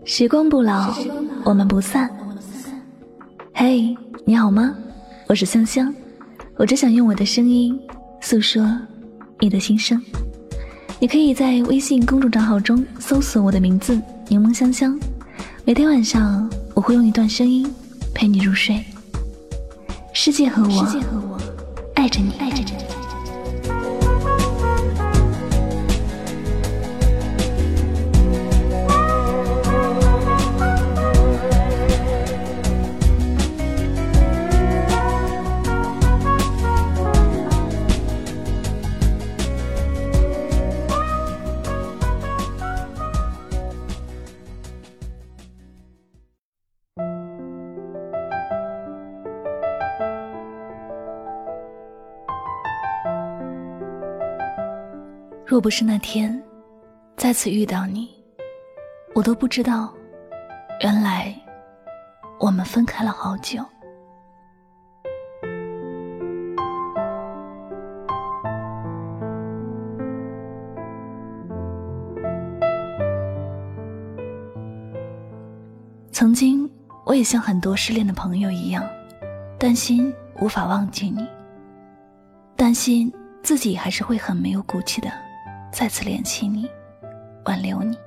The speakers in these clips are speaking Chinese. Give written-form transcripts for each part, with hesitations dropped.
时光不老，我们不散。嘿，你好吗？我是香香，我只想用我的声音诉说你的心声。你可以在微信公众账号中搜索我的名字柠檬香香，每天晚上我会用一段声音陪你入睡。世界和我爱着你，爱着你。若不是那天再次遇到你，我都不知道原来我们分开了好久。曾经我也像很多失恋的朋友一样，担心无法忘记你，担心自己还是会很没有骨气的再次联系你，挽留你。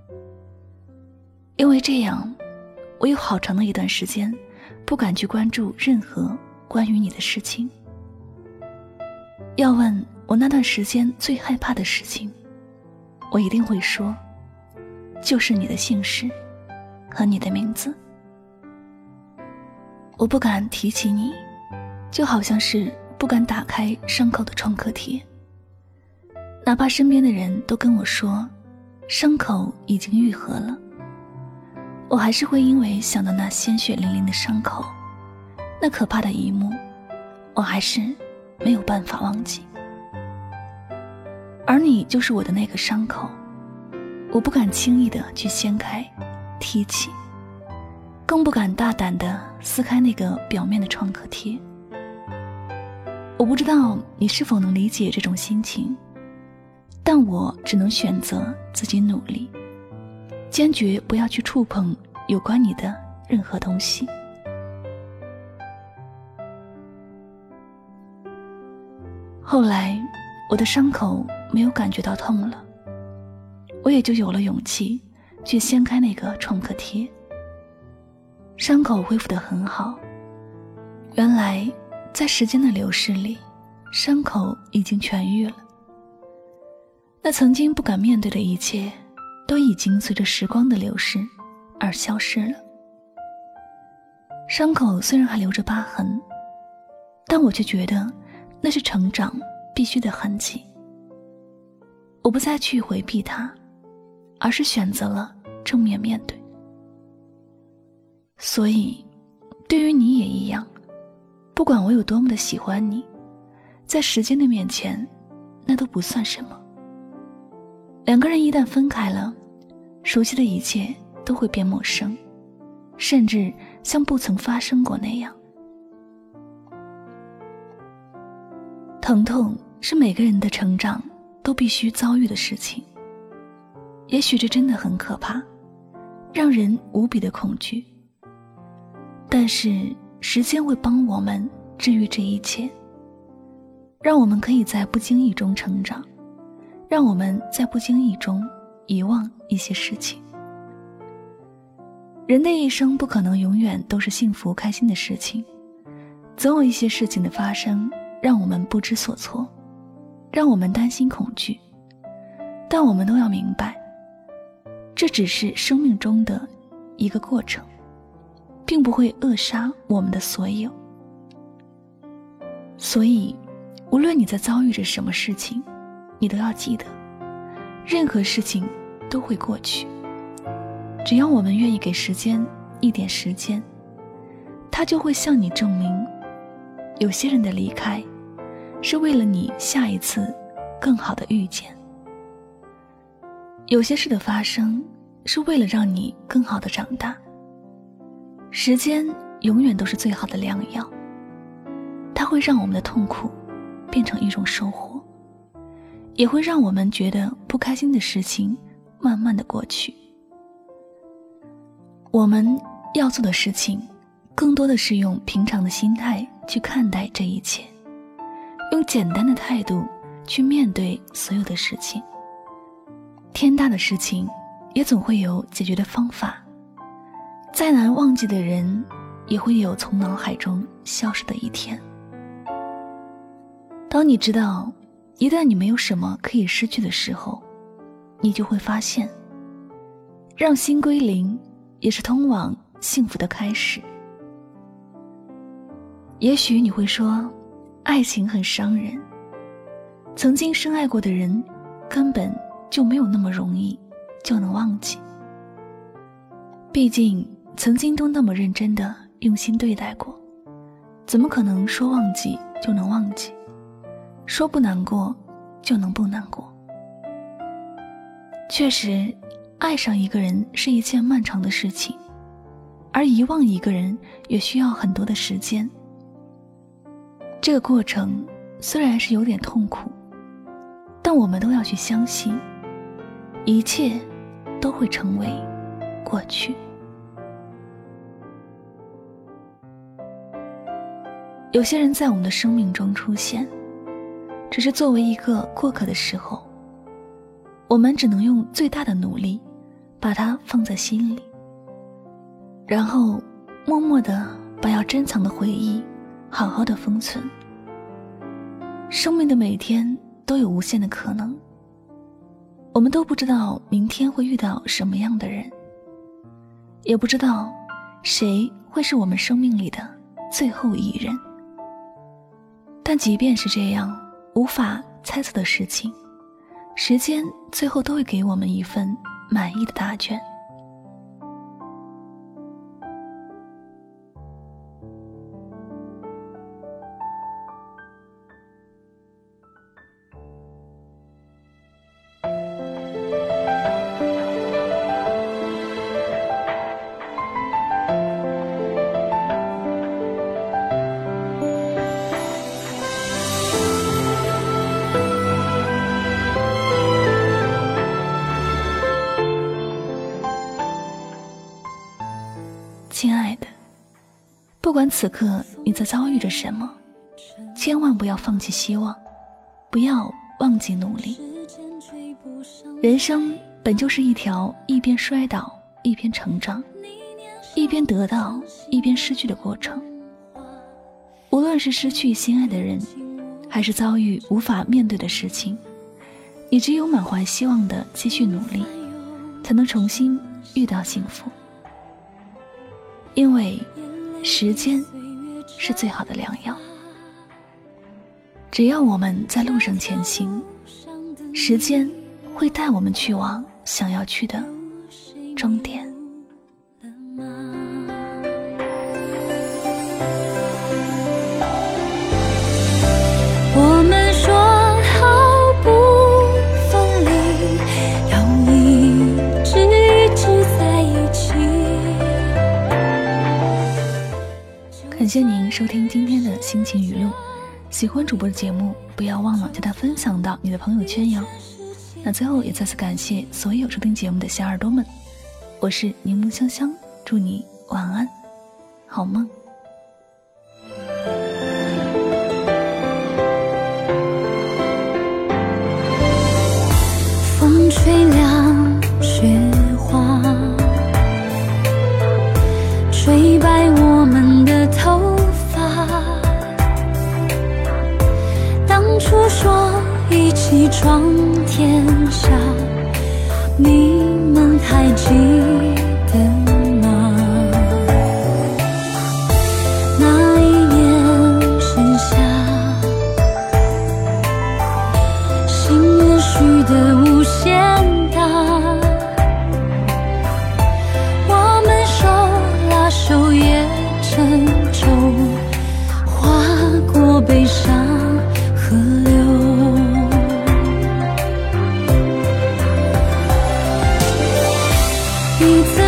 因为这样，我有好长的一段时间不敢去关注任何关于你的事情。要问我那段时间最害怕的事情，我一定会说，就是你的姓氏和你的名字。我不敢提起你，就好像是不敢打开伤口的创可贴，哪怕身边的人都跟我说伤口已经愈合了，我还是会因为想到那鲜血淋淋的伤口，那可怕的一幕，我还是没有办法忘记。而你就是我的那个伤口，我不敢轻易的去掀开提起，更不敢大胆的撕开那个表面的创可贴。我不知道你是否能理解这种心情，但我只能选择自己努力，坚决不要去触碰有关你的任何东西。后来我的伤口没有感觉到痛了，我也就有了勇气去掀开那个创可贴。伤口恢复得很好，原来在时间的流逝里，伤口已经痊愈了。那曾经不敢面对的一切，都已经随着时光的流逝而消失了。伤口虽然还留着疤痕，但我却觉得那是成长必须的痕迹。我不再去回避它，而是选择了正面面对。所以对于你也一样，不管我有多么的喜欢你，在时间的面前，那都不算什么。两个人一旦分开了，熟悉的一切都会变陌生，甚至像不曾发生过那样。疼痛是每个人的成长都必须遭遇的事情，也许这真的很可怕，让人无比的恐惧。但是时间会帮我们治愈这一切，让我们可以在不经意中成长，让我们在不经意中遗忘一些事情。人的一生不可能永远都是幸福开心的事情，总有一些事情的发生让我们不知所措，让我们担心恐惧。但我们都要明白，这只是生命中的一个过程，并不会扼杀我们的所有。所以无论你在遭遇着什么事情，你都要记得，任何事情都会过去，只要我们愿意给时间一点时间，它就会向你证明，有些人的离开是为了你下一次更好的遇见，有些事的发生是为了让你更好的长大。时间永远都是最好的良药，它会让我们的痛苦变成一种收获，也会让我们觉得不开心的事情慢慢的过去。 我们要做的事情更多的是用平常的心态去看待这一切，用简单的态度去面对所有的事情。天大的事情也总会有解决的方法，再难忘记的人也会有从脑海中消失的一天。当你知道一旦你没有什么可以失去的时候，你就会发现让心归零也是通往幸福的开始。也许你会说爱情很伤人，曾经深爱过的人根本就没有那么容易就能忘记，毕竟曾经都那么认真地用心对待过，怎么可能说忘记就能忘记，说不难过就能不难过。确实，爱上一个人是一件漫长的事情，而遗忘一个人也需要很多的时间。这个过程虽然是有点痛苦，但我们都要去相信，一切都会成为过去。有些人在我们的生命中出现，只是作为一个过客的时候，我们只能用最大的努力把它放在心里，然后默默地把要珍藏的回忆好好的封存。生命的每天都有无限的可能，我们都不知道明天会遇到什么样的人，也不知道谁会是我们生命里的最后一人。但即便是这样无法猜测的事情，时间最后都会给我们一份满意的答卷。亲爱的，不管此刻你在遭遇着什么，千万不要放弃希望，不要忘记努力。人生本就是一条一边摔倒一边成长，一边得到一边失去的过程。无论是失去心爱的人，还是遭遇无法面对的事情，你只有满怀希望地继续努力，才能重新遇到幸福。因为时间是最好的良药，只要我们在路上前行，时间会带我们去往想要去的终点。 我们说好不分离，要一直在一起。 感谢您收听今天的心情语录，喜欢主播的节目不要忘了将它分享到你的朋友圈哟。那最后也再次感谢所有收听节目的小耳朵们，我是柠檬香香，祝你晚安好梦。 风吹凉雪花，吹白我们的头发。当初说一起闯天下，你们还记得吗？那一年盛夏，心愿许得无限大，我们手拉手也成舟，划过悲伤河流。一次